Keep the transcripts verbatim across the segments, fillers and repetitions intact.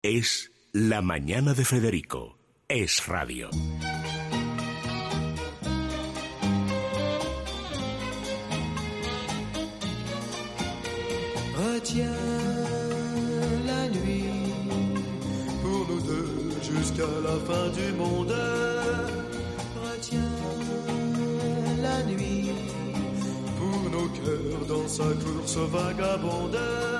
Es La Mañana de Federico. Es radio. Retiens la nuit pour nous deux jusqu'à la fin du monde. Retiens la nuit pour nos cœurs dans sa course vagabonde.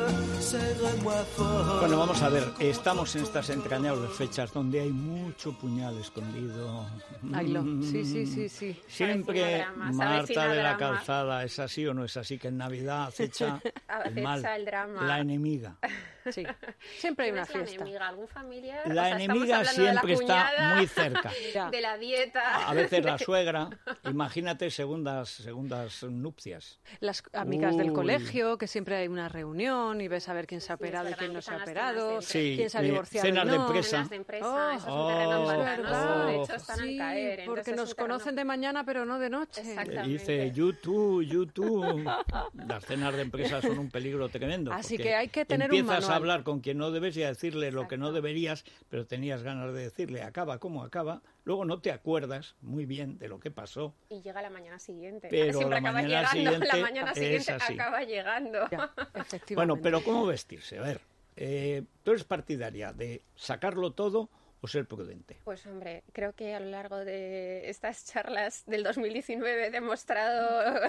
Serre-moi fort. Bueno, vamos a ver, estamos en estas entrañables fechas donde hay mucho puñal escondido. Aylo. Sí, sí, sí, sí. Siempre drama, Marta de la drama. Calzada, ¿es así o no es así? Que en Navidad acecha el Acecha mal, el drama. la enemiga. Sí, siempre hay ¿Quién una es la fiesta. enemiga? ¿Algún familiar? La O sea, estamos enemiga hablando de la siempre está cuñada, muy cerca. Ya. de la dieta. A veces la suegra, imagínate segundas, segundas nupcias. Las amigas del Uy. colegio, que siempre hay una reunión y ves a ver quién se ha Sí, es operado y verdad, quién no se ha empiezan las operado, cenas de Sí, quién se ha eh, divorciado y cenas de no. empresa. Cenas de empresa, Oh, eso es un terreno oh, pantanoso, oh. de hecho están Sí, al caer. porque entonces nos es un terreno- conocen de mañana pero no de noche. Exacto. Eh, Dice YouTube, YouTube. Las cenas de empresa son un peligro tremendo. Así porque que hay que tener un empiezas manual. a hablar con quien no debes y a decirle lo que no Exacto. deberías, pero tenías ganas de decirle acaba como acaba. Luego no te acuerdas muy bien de lo que pasó. Y llega la mañana siguiente. Pero Siempre la acaba mañana llegando, siguiente la mañana es siguiente así. acaba llegando. Ya, efectivamente. Bueno, pero ¿cómo vestirse? A ver, eh, ¿tú eres partidaria de sacarlo todo o ser prudente? Pues hombre, creo que a lo largo de estas charlas del dos mil diecinueve he demostrado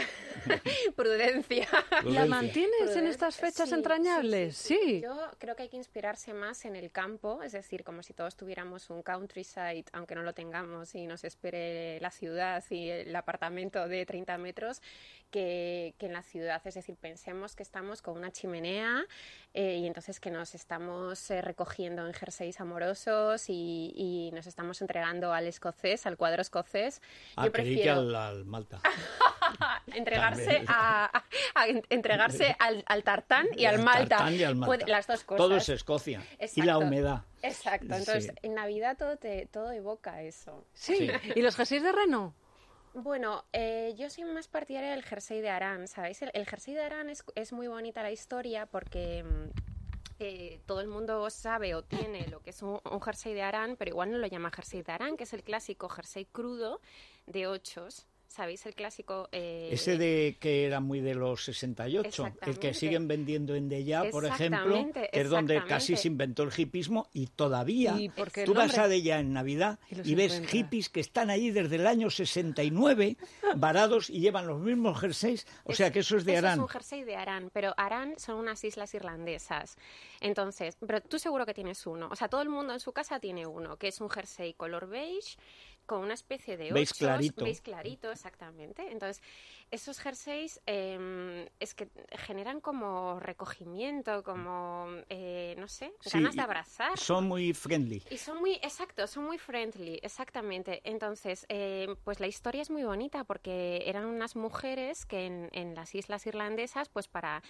prudencia. ¿La Prudencia. mantienes en estas fechas Sí, entrañables? sí, sí, Sí. Yo creo que hay que inspirarse más en el campo, es decir, como si todos tuviéramos un countryside, aunque no lo tengamos y nos espere la ciudad y el apartamento de treinta metros, que, que en la ciudad. Es decir, pensemos que estamos con una chimenea eh, y entonces que nos estamos eh, recogiendo en jerseys amorosos y, y nos estamos entregando al escocés, al cuadro escocés. Ah, Yo creí que prefiero al, al Malta. entregarse También. a, a- a entregarse al, al tartán y al Al Malta. tartán y al Malta. Puede- las dos cosas. Todo es Escocia. Y la Exacto. humedad. Exacto. Entonces, Sí. en Navidad todo te todo evoca eso. Sí. Sí. ¿Y los jerseys de reno? Bueno, eh, yo soy más partidaria del jersey de Arán, ¿sabéis? El, el jersey de Arán es, es muy bonita la historia porque mm, eh, todo el mundo sabe o tiene lo que es un, un jersey de Arán, pero igual no lo llama jersey de Arán, que es el clásico jersey crudo de ochos. ¿Sabéis? El clásico... eh, Ese de que era muy de los sesenta y ocho, el que Exactamente. siguen vendiendo en Deya, por ejemplo, Exactamente, que es donde exactamente. casi se inventó el hipismo y todavía Y porque tú el vas nombre- a Deya en Navidad Y los y ves encuentras. hippies que están allí desde el año sesenta y nueve varados y llevan los mismos jerseys, o sea que eso es de Eso Arán. es un jersey de Arán, pero Arán son unas islas irlandesas. Entonces, pero tú seguro que tienes uno. O sea, todo el mundo en su casa tiene uno, que es un jersey color beige con una especie de Beige ochos, clarito. beige clarito, exactamente. Entonces, esos jerseys eh, es que generan como recogimiento, como, eh, no sé, Sí, ganas de abrazar. Son muy friendly. Y son muy, exacto, son muy friendly, exactamente. Entonces, eh, pues la historia es muy bonita porque eran unas mujeres que en, en las islas irlandesas, pues para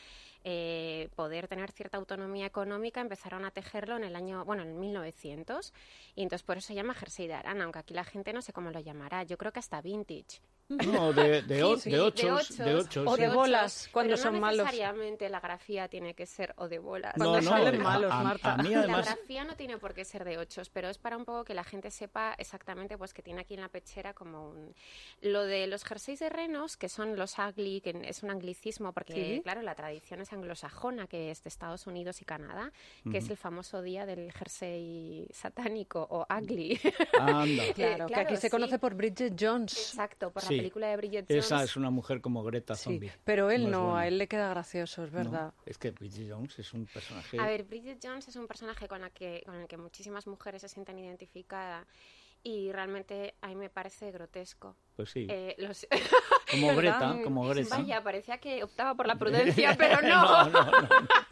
eh, poder tener cierta autonomía económica, empezaron a tejerlo en el año, bueno, en mil novecientos. Y entonces por eso se llama jersey de Arán, aunque aquí la gente no sé cómo lo llamará. Yo creo que hasta vintage. No, de, de, o- Sí, de de ochos, de ochos, ochos, o sí. de bolas, cuando pero son no malos. necesariamente la grafía tiene que ser o de bolas. No, Cuando no, salen a- malos, a, Marta. a mí La además... grafía no tiene por qué ser de ochos, pero es para un poco que la gente sepa exactamente pues que tiene aquí en la pechera como un... Lo de los jerseys de renos, que son los ugly, que es un anglicismo, porque Sí. claro, la tradición es anglosajona, que es de Estados Unidos y Canadá, que es el famoso día del jersey satánico o ugly. Anda. Claro, que aquí se sí. conoce por Bridget Jones. Exacto, por Sí. la película de Bridget Jones. Esa es una mujer como Greta Sí, Zombie. pero él es no, buena. a él le queda gracioso, es No, verdad. es que Bridget Jones es un personaje... A ver, Bridget Jones es un personaje con, la que, con el que muchísimas mujeres se sienten identificadas y realmente a mí me parece grotesco. Pues sí, Eh, los- como ¿verdad? Greta, como Greta. Vaya, parecía que optaba por la prudencia, pero no. no, no, no.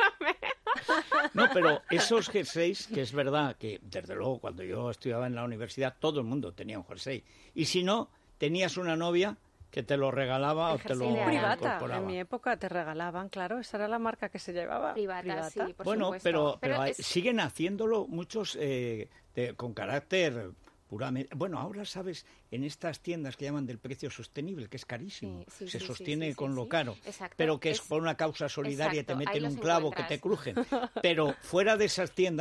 No, pero esos jerseys, que es verdad que, desde luego, cuando yo estudiaba en la universidad, todo el mundo tenía un jersey. Y si no, tenías una novia que te lo regalaba El o te jersey lo de Arán. Privata, incorporaba. en mi época te regalaban, claro, esa era la marca que se llevaba. Privata, sí, por Bueno, supuesto. pero, pero hay- es- siguen haciéndolo muchos eh, de- con carácter puramente... Bueno, ahora, ¿sabes? En estas tiendas que llaman del precio sostenible, que es carísimo, Sí, sí, se sí, sostiene sí, sí, con sí, lo sí. caro, Exacto, pero que es, es- por una causa solidaria y te exacto, ahí meten los un clavo que te crujen. Pero fuera de esas tiendas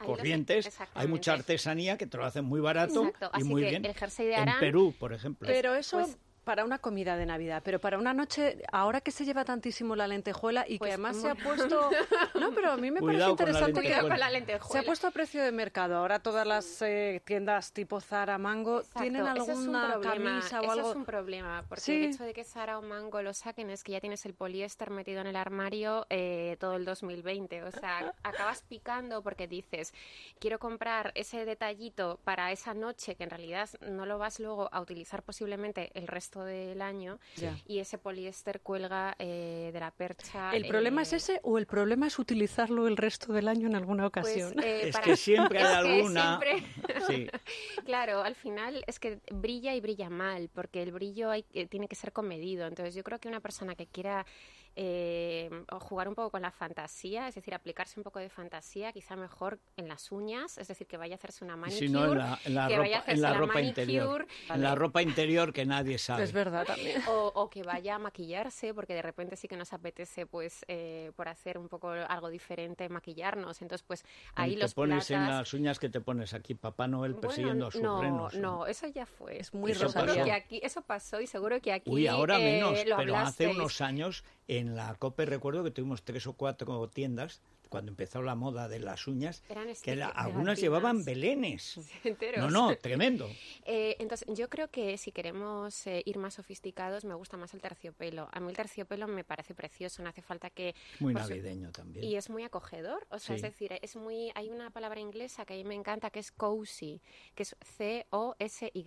Ahí lo sé, corrientes, hay exactamente. mucha artesanía que te lo hacen muy barato Exacto, y así muy que bien. el jersey de En Aran- Perú, por ejemplo. Pero eso Pues- para una comida de Navidad, pero para una noche, ahora que se lleva tantísimo la lentejuela y Pues que además muy- se ha puesto... No, pero a mí me Cuidado con parece la interesante que... Cuidado lentejuela. con la Se ha lentejuela. puesto a precio de mercado. Ahora todas las eh, tiendas tipo Zara, Mango, Exacto, ¿tienen ese es un alguna problema, camisa o eso algo? es un problema, porque Sí. el hecho de que Zara o Mango lo saquen es que ya tienes el poliéster metido en el armario eh, todo el dos mil veinte. O sea, acabas picando porque dices, quiero comprar ese detallito para esa noche que en realidad no lo vas luego a utilizar posiblemente el resto del año Ya. y ese poliéster cuelga eh, de la percha. ¿El problema eh, es ese o el problema es utilizarlo el resto del año en alguna pues, ocasión? eh, Es para- que siempre hay es que alguna... siempre- Sí. Claro, al final es que brilla y brilla mal, porque el brillo hay, eh, tiene que ser comedido. Entonces yo creo que una persona que quiera eh, o jugar un poco con la fantasía, es decir, aplicarse un poco de fantasía, quizá mejor en las uñas, es decir, que vaya a hacerse una Y manicure, si no, en la, en la que vaya a ropa, hacerse en la la ropa manicure, interior. En la ropa interior que nadie sabe. Es verdad también. o, o que vaya a maquillarse, porque de repente sí que nos apetece, pues, eh, por hacer un poco algo diferente, maquillarnos. Entonces, pues, ahí Y te los pones en platas... las uñas que te pones aquí, Papá Noel persiguiendo a sus no, renos. no, eso ya fue. Es muy Eso Seguro pasó. que aquí, eso pasó y seguro que aquí Uy, ahora eh, menos, lo pero hace hablasteis. unos años en la COPE recuerdo que tuvimos tres o cuatro tiendas cuando empezó la moda de las uñas, Eran que stickers, la- pegatinas. algunas llevaban belenes. Enteros. No, no, tremendo. Eh, entonces, yo creo que si queremos eh, ir más sofisticados, me gusta más el terciopelo. A mí el terciopelo me parece precioso, no hace falta que... Muy por su- navideño también. Y es muy acogedor, o sea, Sí. es decir, es muy... Hay una palabra inglesa que a mí me encanta que es cozy, que es C O S Y,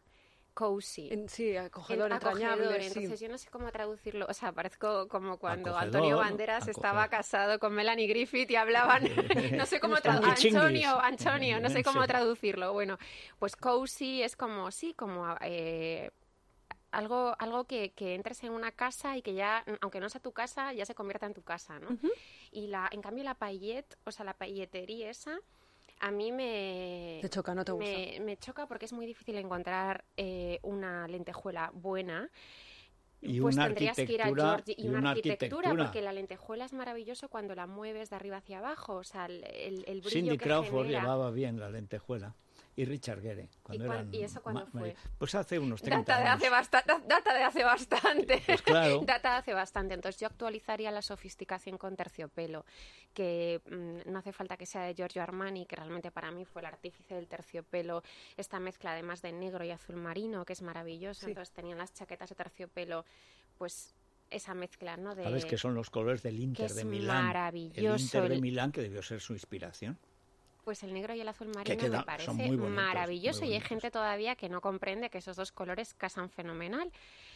cozy. En- Sí, acogedor, En- entrañable, acogedor, sí. entonces yo no sé cómo traducirlo, o sea, parezco como cuando Acogedor, Antonio Banderas acogedor. estaba casado con Melanie Griffith y hablaban, no sé cómo traducirlo, Pichinglis. Antonio, Antonio, no sé cómo Sí. traducirlo, bueno, pues cozy es como, sí, como... Eh, algo, algo que, que entres en una casa y que ya, aunque no sea tu casa, ya se convierta en tu casa, ¿no? Y la, en cambio la paillette, o sea, la pailletería esa, a mí me... Te choca, no te gusta. Me, me choca porque es muy difícil encontrar eh, una lentejuela buena. Y Pues una tendrías que ir a arquitectura, Georgie y, y una, una arquitectura, arquitectura. porque la lentejuela es maravilloso cuando la mueves de arriba hacia abajo, o sea, el, el, el brillo Cindy que Crawford genera. llevaba bien la lentejuela. Y Richard Gere. Cuando ¿Y cuán- eran y eso cuándo ma- fue? Pues hace unos treinta Data de, años. hace basta- da- data de hace bastante. Pues claro. Data de hace bastante. Entonces yo actualizaría la sofisticación con terciopelo, que mm, no hace falta que sea de Giorgio Armani, que realmente para mí fue el artífice del terciopelo, esta mezcla además de negro y azul marino, que es maravilloso. Sí. Entonces tenían las chaquetas de terciopelo, pues esa mezcla, ¿no? De, Sabes que son los colores del Inter que de es Milán. maravilloso El Inter de el- Milán, que debió ser su inspiración. Pues el negro y el azul Que marino queda- me parece son muy bonitos, maravilloso muy y hay bonitos. gente todavía que no comprende que esos dos colores casan fenomenal.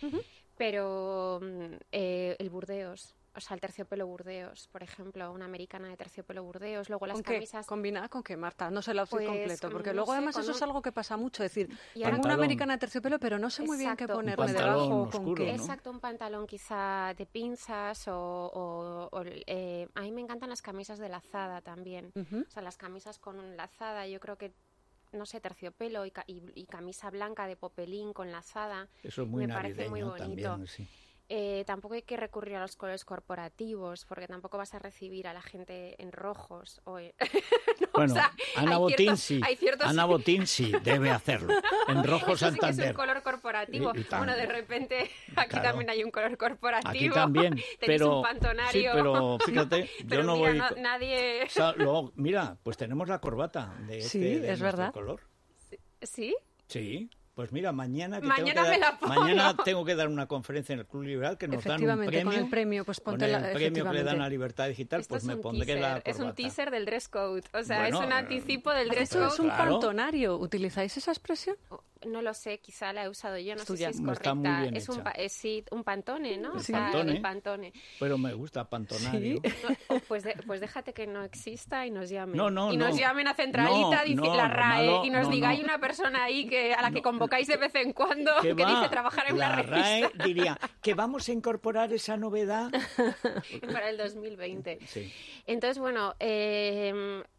Pero mm, eh, el Burdeos, o sea, el terciopelo Burdeos, por ejemplo, una americana de terciopelo Burdeos, luego las ¿Con qué? camisas... ¿Combinada con qué, Marta? No sé el outfit Pues, completo, porque no luego sé, además con eso un- es algo que pasa mucho, es decir, Y ahora- tengo una Pantalón. americana de terciopelo, pero no sé muy bien qué Exacto. Un ponerme pantalón debajo, con oscuro, qué. ¿no? Exacto, un pantalón quizá de pinzas o... o- o, eh, a mí me encantan las camisas de lazada también. Ujú. O sea, las camisas con lazada, yo creo que, no sé, terciopelo y, ca- y- y camisa blanca de popelín con lazada. Eso es muy Me parece navideño muy bonito. también. Sí. Eh, tampoco hay que recurrir a los colores corporativos, porque tampoco vas a recibir a la gente en rojos. O en- No, Bueno, o sea, Ana hay Botín ciertos- sí. hay ciertos- Ana Botín sí, debe hacerlo. En rojo Eso sí que es un Santander. color corporativo. Y- y tan- bueno, de repente aquí Claro. también hay un color corporativo. Aquí también, Tenéis pero un pantonario. sí, pero fíjate, yo Pero no mira, voy. no- co- nadie... o sea, luego, mira, pues tenemos la corbata de este, Sí, de es nuestro verdad. color. ¿Sí? Sí, pues mira, mañana que Mañana tengo que me dar, la pongo. mañana tengo que dar una conferencia en el Club Liberal que nos dan un Efectivamente, premio. con el premio, pues con ponte el la- premio que le dan efectivamente. a Libertad Digital, Esto pues es me un pondré teaser, la corbata. es un teaser del dress code. O sea, Bueno, es un anticipo del dress Esto code. es un Claro. pantonario. ¿Utilizáis esa expresión? No lo sé, quizá la he usado yo, no Es sé tuya. si es No, está correcta. muy bien es un, hecha. pa- es, sí, un pantone, ¿no? El O sea, pantone. el pantone. Pero me gusta pantonario. No, pues, de- pues déjate que no exista y nos llamen. No, no, y nos no. llame a Centralita, No, dice no, la lo R A E, malo- y nos no, diga, no. hay una persona ahí que a la que No. convocáis de vez en cuando que, ¿Qué va? dice trabajar en la una R A E revista diría que vamos a incorporar esa novedad. para el dos mil veinte. Sí. Entonces, bueno, eh,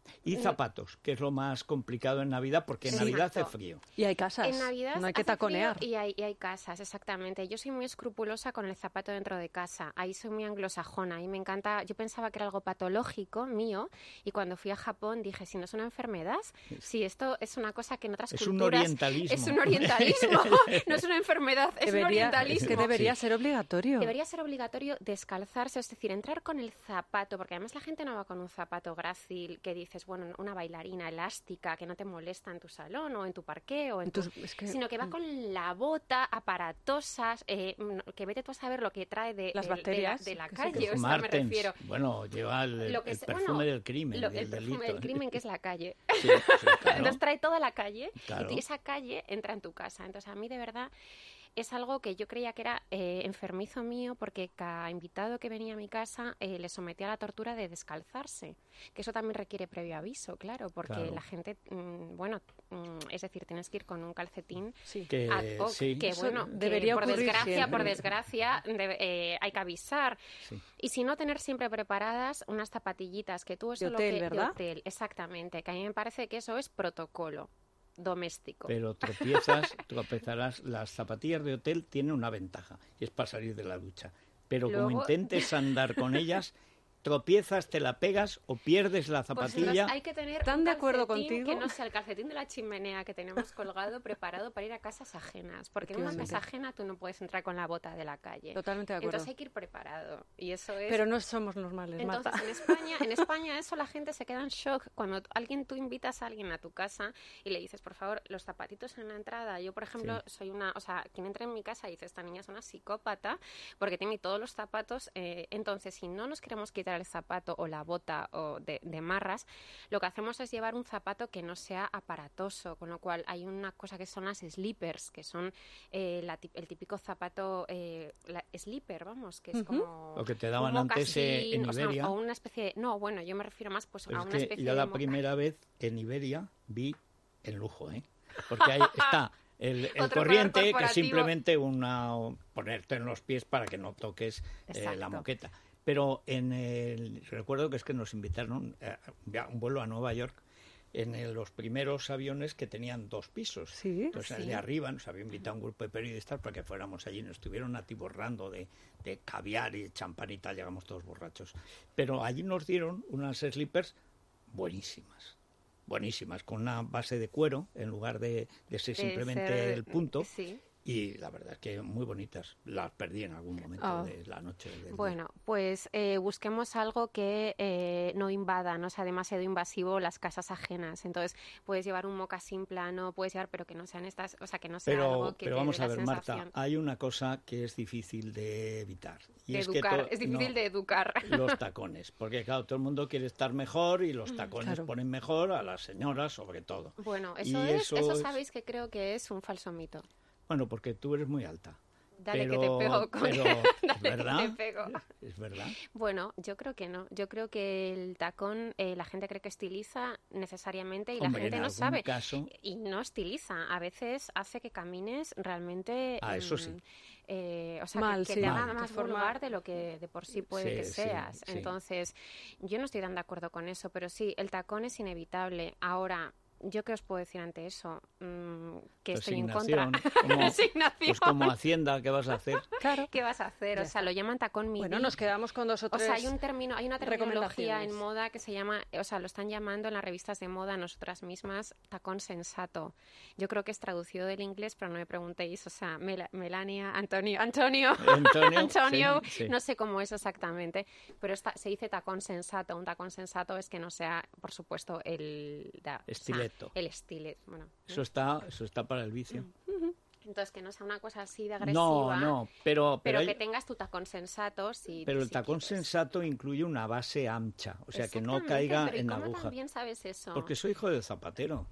Y zapatos, que es lo más complicado en Navidad, porque en Sí. Navidad hace Exacto. frío. Y hay casas. En Navidad no hay que hace taconear. frío Y hay, y hay casas, exactamente. Yo soy muy escrupulosa con el zapato dentro de casa. Ahí soy muy anglosajona y me encanta. Yo pensaba que era algo patológico mío y cuando fui a Japón dije, si no es una enfermedad, si esto es una cosa que en otras Es un culturas orientalismo. es un orientalismo, no es una enfermedad, es un Debería, orientalismo. es que debería Sí. ser obligatorio. Debería ser obligatorio descalzarse, es decir, entrar con el zapato, porque además la gente no va con un zapato grácil que dices, bueno, una bailarina elástica que no te molesta en tu salón o en tu parqué, o en tu... Entonces, es que- sino que va con la bota aparatosa, eh, que vete tú a saber lo que trae de, Las de- de bacterias, la, de la que calle, se- o sea, me Martens, refiero. bueno, lleva el, Lo que el se- perfume bueno, del crimen, Lo- del el perfume delito. del crimen, que es la calle. Sí, sí, claro. Entonces trae toda la calle Claro. y esa calle entra en tu casa. Entonces a mí de verdad es algo que yo creía que era eh, enfermizo mío porque cada invitado que venía a mi casa eh, le sometía a la tortura de descalzarse. Que eso también requiere previo aviso, claro, porque Claro. la gente, mm, bueno, mm, es decir, tienes que ir con un calcetín Sí. Que, ad hoc, sí, que Eso bueno, que debería por ocurrir desgracia, siempre. por desgracia, debe- eh, hay que avisar. sí. Y si no, tener siempre preparadas unas zapatillitas que tú eso De lo hotel, que, ¿verdad? de hotel, exactamente, que a mí me parece que eso es protocolo doméstico. Pero tropiezas, tropezarás. Las zapatillas de hotel tienen una ventaja, y es para salir de la ducha. Pero como Luego- intentes andar con ellas, tropiezas, te la pegas o pierdes la Pues zapatilla. entonces hay que tener ¿Tan un de acuerdo calcetín contigo? que no sea el calcetín de la chimenea que tenemos colgado preparado para ir a casas ajenas, porque en una Efectivamente. casa ajena tú no puedes entrar con la bota de la calle. Totalmente de acuerdo. Entonces hay que ir preparado y eso es. Pero no somos normales, Entonces, Marta. en España, en España eso la gente se queda en shock cuando alguien tú invitas a alguien a tu casa y le dices, por favor, los zapatitos en la entrada. Yo, por ejemplo, soy una, o sea, quien entra en mi casa y dice, esta niña es una psicópata porque tiene todos los zapatos. Eh, entonces, si no nos queremos quitar el zapato o la bota o de, de marras, lo que hacemos es llevar un zapato que no sea aparatoso, con lo cual hay una cosa que son las slippers, que son eh, la tip- el típico zapato eh, la slipper, vamos, que es como Lo que te daban un antes, eh, en mocasín, o sea, Iberia. o una especie de, no, bueno, yo me refiero más pues Pero a es una que especie yo de la moca- primera vez en Iberia vi el lujo, ¿eh? Porque ahí está el, el Otro corriente, color que es corporativo. simplemente una ponerte en los pies para que no toques eh, la Exacto. moqueta. Pero en el, recuerdo que es que nos invitaron a un vuelo a Nueva York en el- los primeros aviones que tenían dos pisos. Sí. Entonces, el Sí. de arriba nos había invitado un grupo de periodistas para que fuéramos allí. Nos estuvieron atiborrando de, de caviar y champán y tal. Llegamos todos borrachos. Pero allí nos dieron unas slippers buenísimas. Buenísimas, con una base de cuero en lugar de, de ser de simplemente ser- el punto. Sí. Y la verdad es que muy bonitas. Las perdí en algún momento Ah. de la noche. del día. Bueno, pues eh, busquemos algo que eh, no invada, no sea demasiado invasivo las casas ajenas. Entonces, puedes llevar un mocasín plano, puedes llevar, pero que no sean estas, o sea, que no sea Pero, algo que pero te vamos dé a la ver, Marta, sensación hay una cosa que es difícil de evitar. Y de es educar. que to- Es difícil no, de educar. los tacones. Porque, claro, todo el mundo quiere estar mejor y los tacones Claro. ponen mejor a las señoras, sobre todo. Bueno, Y eso es, eso eso es- sabéis que creo que es un falso mito. Bueno, porque tú eres muy alta. Dale pero, que te pego con pero, Dale ¿es que verdad? te pego. ¿Es verdad? Bueno, yo creo que no. Yo creo que el tacón, eh, la gente cree que estiliza necesariamente y Hombre, la gente en no algún sabe. caso- Y no estiliza. A veces hace que camines realmente. Ah, eso mm, sí. eh, o sea, Mal, que, que sí. te haga Mal. más De forma- vulgar de lo que de por sí puede Sí, que sí, seas. sí. Entonces, yo no estoy tan de acuerdo con eso, pero sí, el tacón es inevitable. Ahora, ¿yo qué os puedo decir ante eso? Mm, que estoy en contra. Resignación, como- Resignación. Pues como Hacienda, ¿qué vas a hacer? Claro. ¿Qué vas a hacer? Ya O sea, está. lo llaman tacón midi. Bueno, nos quedamos con dos o O tres sea, hay un término, hay una terminología en recomendaciones. moda que se llama, o sea, lo están llamando en las revistas de moda nosotras mismas tacón sensato. Yo creo que es traducido del inglés, pero no me preguntéis, o sea, Mel- Melania, Antonio, Antonio, Antonio, Antonio, sí, sí. no sé cómo es exactamente, pero está, se dice tacón sensato. Un tacón sensato es que no sea, por supuesto, el da- o sea, Estileto. el estilet, bueno. ¿no? Eso está, eso está para el vicio. Entonces, que no sea una cosa así de agresiva. No, no, pero, pero, Pero hay- que tengas tu tacón sensato, si pero el si tacón quieres. sensato incluye una base ancha, o sea, que no Exactamente, caiga pero ¿y en cómo aguja. también sabes eso? Porque soy hijo de zapatero.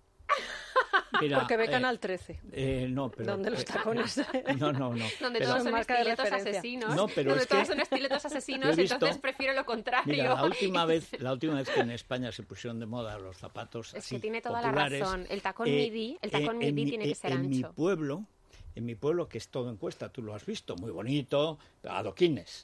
Mira, Porque ve eh, Canal trece. eh, no, pero... Donde los eh, tacones... No, no, no. Donde pero- todos son marca de estiletos referencia. asesinos. No, pero donde es todos que son estiletos asesinos, yo he visto- entonces prefiero lo contrario. Mira, la última vez, la última vez que en España se pusieron de moda los zapatos Es así que tiene toda populares, la razón. El tacón eh, midi, el tacón eh, en midi mi- tiene que eh, ser en mi ancho. pueblo, en mi pueblo, que es todo en cuesta, tú lo has visto, muy bonito, adoquines.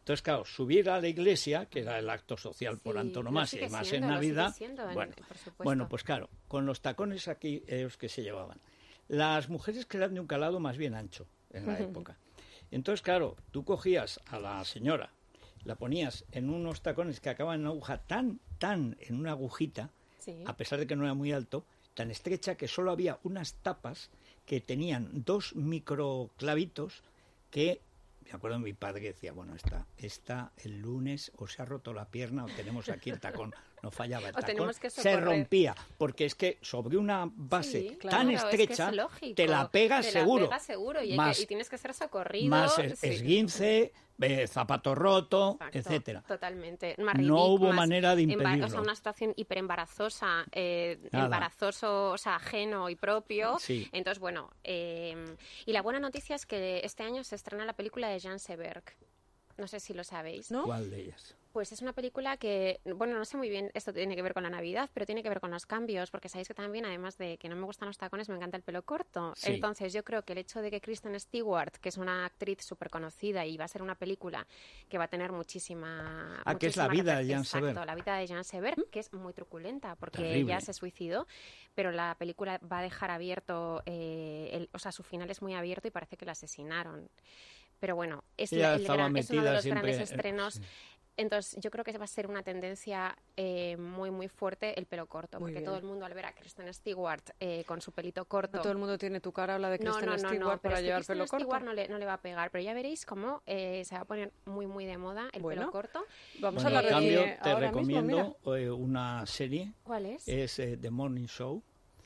Entonces, claro, subir a la iglesia, que era el acto social por Sí, antonomasia, lo y sigue más siendo, en lo sigue Navidad, siendo, en- bueno, por supuesto. bueno, pues claro, con los tacones aquí ellos que se llevaban. Las mujeres que eran de un calado más bien ancho en la época. Entonces, claro, tú cogías a la señora, la ponías en unos tacones que acaban en una aguja tan, tan, en una agujita, Sí. a pesar de que no era muy alto, tan estrecha que solo había unas tapas que tenían dos microclavitos que, me acuerdo mi padre que decía, bueno, esta, esta el lunes o se ha roto la pierna o tenemos aquí el tacón, no fallaba el O tacón, tenemos que se socorrer. rompía, porque es que sobre una base Sí, claro, tan es que es estrecha lógico. te la pegas Te seguro. La pegas seguro y, hay Más- que- y tienes que ser socorrido. Más es- sí. esguince, eh, zapato roto, Exacto, etcétera. Totalmente. Más No ridic- hubo más manera de emba- impedirlo. O sea, una situación hiperembarazosa, eh, Nada. embarazoso, o sea, ajeno y propio. Sí. Entonces, bueno, eh, y la buena noticia es que este año se estrena la película de Jean Seberg. No sé si lo sabéis. ¿No? ¿Cuál de ellas? Pues es una película que, bueno, no sé muy bien, esto tiene que ver con la Navidad, pero tiene que ver con los cambios, porque sabéis que también, además de que no me gustan los tacones, me encanta el pelo corto. Sí. Entonces yo creo que el hecho de que Kristen Stewart, que es una actriz súper conocida y va a ser una película que va a tener muchísima... Ah, que es la muchísima vida de refer- Jean Exacto, Seberg. la vida de Jean Seberg, que es muy truculenta, porque Terrible. ella se suicidó, pero la película va a dejar abierto, eh, el- o sea, su final es muy abierto y parece que la asesinaron. Pero bueno, es, Ella la- el estaba gran- es uno de metida los siempre, grandes eh, estrenos. sí. Entonces, yo creo que va a ser una tendencia eh, muy, muy fuerte el pelo corto, Muy porque bien. todo el mundo al ver a Kristen Stewart eh, con su pelito corto... No todo el mundo tiene tu cara o la de No, Kristen no, no, Stewart no, pero para es que llevar Kristen pelo corto. Stewart no le, no le va a pegar, pero ya veréis cómo eh, se va a poner muy, muy de moda el Bueno. pelo corto. Vamos Bueno, a en hablar de cambio, cine te ahora mismo, recomiendo mira. eh, una serie, ¿Cuál es? es eh, The Morning Show,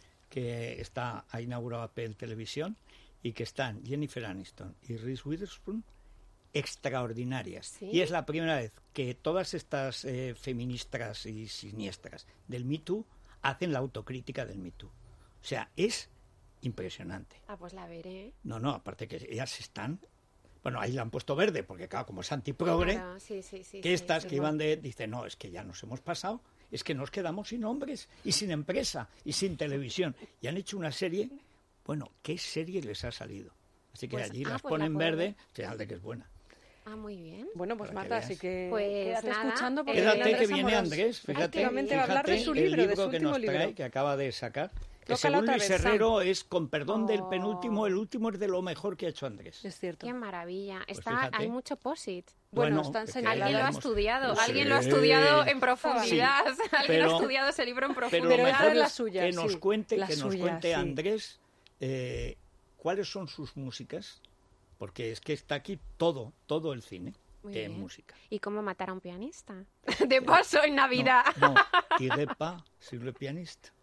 que está, ha inaugurado Apple Televisión, y que están Jennifer Aniston y Reese Witherspoon extraordinarias. ¿Sí? Y es la primera vez que todas estas eh, feministas y siniestras del Me Too hacen la autocrítica del Me Too. O sea, es impresionante. Ah, pues la veré. No, no, aparte que ellas están... Bueno, ahí la han puesto verde, porque claro, como es antiprogre, Claro, sí, sí, sí, que sí, estas sí. que iban de... Dice, no, es que ya nos hemos pasado, es que nos quedamos sin hombres y sin empresa y sin televisión. Y han hecho una serie, bueno, ¿qué serie les ha salido? Así que Pues, allí ah, las pues la ponen puedo verde, ver. señal de que es buena. Ah, muy bien. Bueno, pues Para que Marta, veas. así que Pues quédate nada, escuchando porque Quédate viene que Andrés viene Amorós. Andrés, fíjate, Efectivamente, va a hablar de fíjate su libro, el de su libro que último nos trae, libro. que acaba de sacar. Que Tócala según otra Luis vez, Sam. Herrero es con perdón del Oh. penúltimo, el último es de lo mejor que ha hecho Andrés. Es cierto. Qué maravilla. Pues Está, fíjate. hay mucho posit. Bueno, está es que enseñado. Alguien lo ha hemos- estudiado, Sí. alguien lo ha estudiado en profundidad. Sí, Alguien pero- ha estudiado ese libro en Pero profundidad. lo Pero esta mejor es la es suya, que nos sí, cuente, la que nos suya, cuente sí. Andrés eh, cuáles son sus músicas, porque es que está aquí todo, todo el cine Muy de bien. música. ¿Y cómo matar a un pianista? De paso en Navidad. No, no, tirez pas sur le pianiste.